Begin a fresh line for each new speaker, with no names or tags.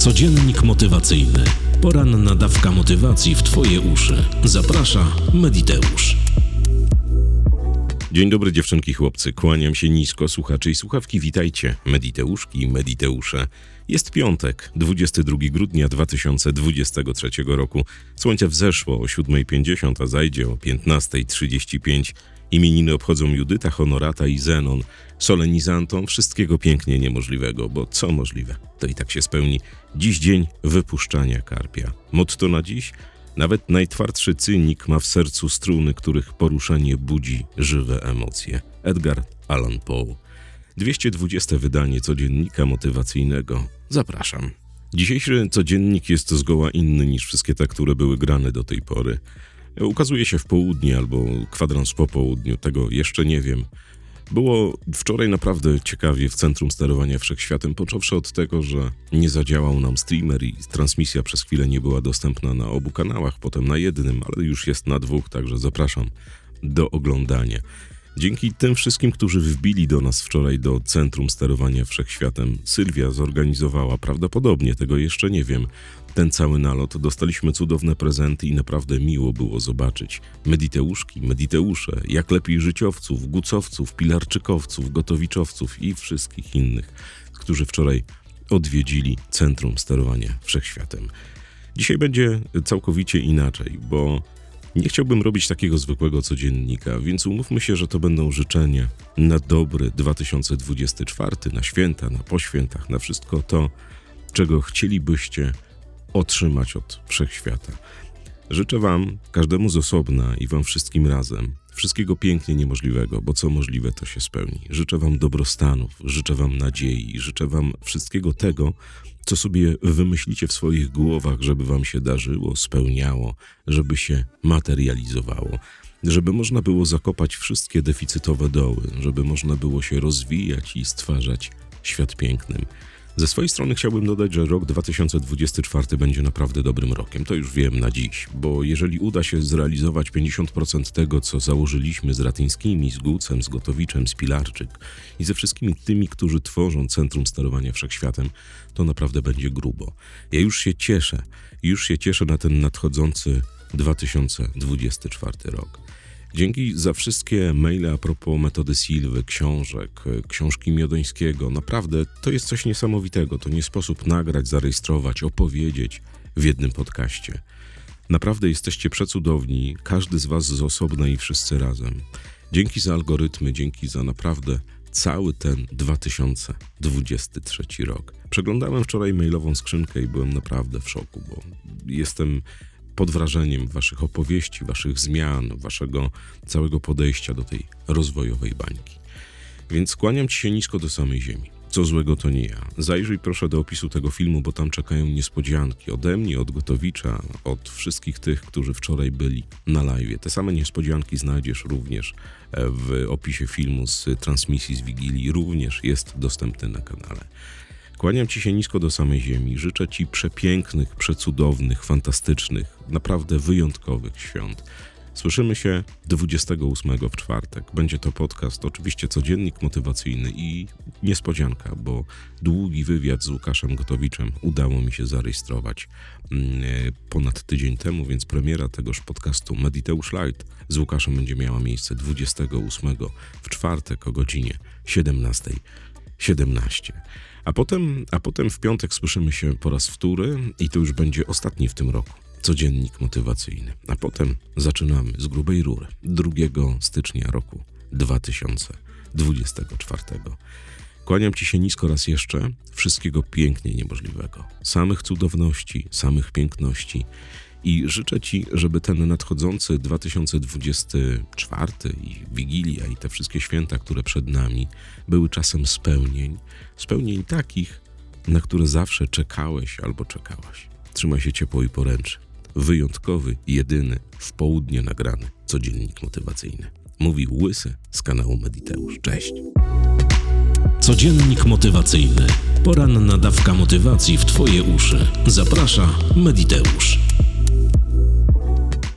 Codziennik motywacyjny. Poranna dawka motywacji w Twoje uszy. Zaprasza Mediteusz.
Dzień dobry dziewczynki i chłopcy, kłaniam się nisko, słuchacze i słuchawki, witajcie, Mediteuszki i Mediteusze. Jest piątek, 22 grudnia 2023 roku. Słońce wzeszło o 7:50, a zajdzie o 15:35. Imieniny obchodzą Judyta, Honorata i Zenon. Solenizantom wszystkiego pięknie niemożliwego, bo co możliwe, to i tak się spełni. Dziś dzień wypuszczania karpia. Motto na dziś? Nawet najtwardszy cynik ma w sercu struny, których poruszenie budzi żywe emocje. Edgar Allan Poe. 220. wydanie codziennika motywacyjnego. Zapraszam. Dzisiejszy codziennik jest zgoła inny niż wszystkie te, które były grane do tej pory. Ukazuje się w południe albo kwadrans po południu, tego jeszcze nie wiem. Było wczoraj naprawdę ciekawie w Centrum Sterowania Wszechświatem, począwszy od tego, że nie zadziałał nam streamer i transmisja przez chwilę nie była dostępna na obu kanałach, potem na jednym, ale już jest na dwóch, także zapraszam do oglądania. Dzięki tym wszystkim, którzy wbili do nas wczoraj do Centrum Sterowania Wszechświatem, Sylwia zorganizowała, prawdopodobnie, tego jeszcze nie wiem, ten cały nalot. Dostaliśmy cudowne prezenty i naprawdę miło było zobaczyć Mediteuszki, Mediteusze, jak lepiej życiowców, gucowców, pilarczykowców, gotowiczowców i wszystkich innych, którzy wczoraj odwiedzili Centrum Sterowania Wszechświatem. Dzisiaj będzie całkowicie inaczej, bo nie chciałbym robić takiego zwykłego codziennika, więc umówmy się, że to będą życzenia na dobry 2024, na święta, na poświętach, na wszystko to, czego chcielibyście otrzymać od Wszechświata. Życzę Wam, każdemu z osobna i Wam wszystkim razem, wszystkiego pięknie niemożliwego, bo co możliwe, to się spełni. Życzę Wam dobrostanów, życzę Wam nadziei, życzę Wam wszystkiego tego, co sobie wymyślicie w swoich głowach, żeby Wam się darzyło, spełniało, żeby się materializowało, żeby można było zakopać wszystkie deficytowe doły, żeby można było się rozwijać i stwarzać świat pięknym. Ze swojej strony chciałbym dodać, że rok 2024 będzie naprawdę dobrym rokiem. To już wiem na dziś, bo jeżeli uda się zrealizować 50% tego, co założyliśmy z Ratyńskimi, z Gucem, z Gotowiczem, z Pilarczyk i ze wszystkimi tymi, którzy tworzą Centrum Sterowania Wszechświatem, to naprawdę będzie grubo. Ja już się cieszę na ten nadchodzący 2024 rok. Dzięki za wszystkie maile a propos metody Silwy, książek, książki Miodońskiego. Naprawdę to jest coś niesamowitego. To nie sposób nagrać, zarejestrować, opowiedzieć w jednym podcaście. Naprawdę jesteście przecudowni, każdy z Was z osobna i wszyscy razem. Dzięki za algorytmy, dzięki za naprawdę cały ten 2023 rok. Przeglądałem wczoraj mailową skrzynkę i byłem naprawdę w szoku, bo jestem pod wrażeniem Waszych opowieści, Waszych zmian, Waszego całego podejścia do tej rozwojowej bańki. Więc kłaniam Ci się nisko do samej ziemi. Co złego to nie ja. Zajrzyj proszę do opisu tego filmu, bo tam czekają niespodzianki ode mnie, od Gotowicza, od wszystkich tych, którzy wczoraj byli na live'ie. Te same niespodzianki znajdziesz również w opisie filmu z transmisji z Wigilii. Również jest dostępny na kanale. Kłaniam Ci się nisko do samej ziemi. Życzę Ci przepięknych, przecudownych, fantastycznych, naprawdę wyjątkowych świąt. Słyszymy się 28 w czwartek. Będzie to podcast, oczywiście codziennik motywacyjny i niespodzianka, bo długi wywiad z Łukaszem Gotowiczem udało mi się zarejestrować ponad tydzień temu, więc premiera tegoż podcastu Mediteusz Light z Łukaszem będzie miała miejsce 28 w czwartek o godzinie 17:17. A potem w piątek słyszymy się po raz wtóry i to już będzie ostatni w tym roku codziennik motywacyjny. A potem zaczynamy z grubej rury 2 stycznia roku 2024. Kłaniam Ci się nisko raz jeszcze, wszystkiego pięknie niemożliwego, samych cudowności, samych piękności i życzę Ci, żeby ten nadchodzący 2024 i Wigilia i te wszystkie święta, które przed nami, były czasem spełnień takich, na które zawsze czekałeś albo czekałaś. Trzymaj się ciepło i poręczy. Wyjątkowy, jedyny, w południe nagrany codziennik motywacyjny. Mówił Łysy z kanału Mediteusz. Cześć!
Codziennik motywacyjny. Poranna dawka motywacji w Twoje uszy. Zaprasza Mediteusz.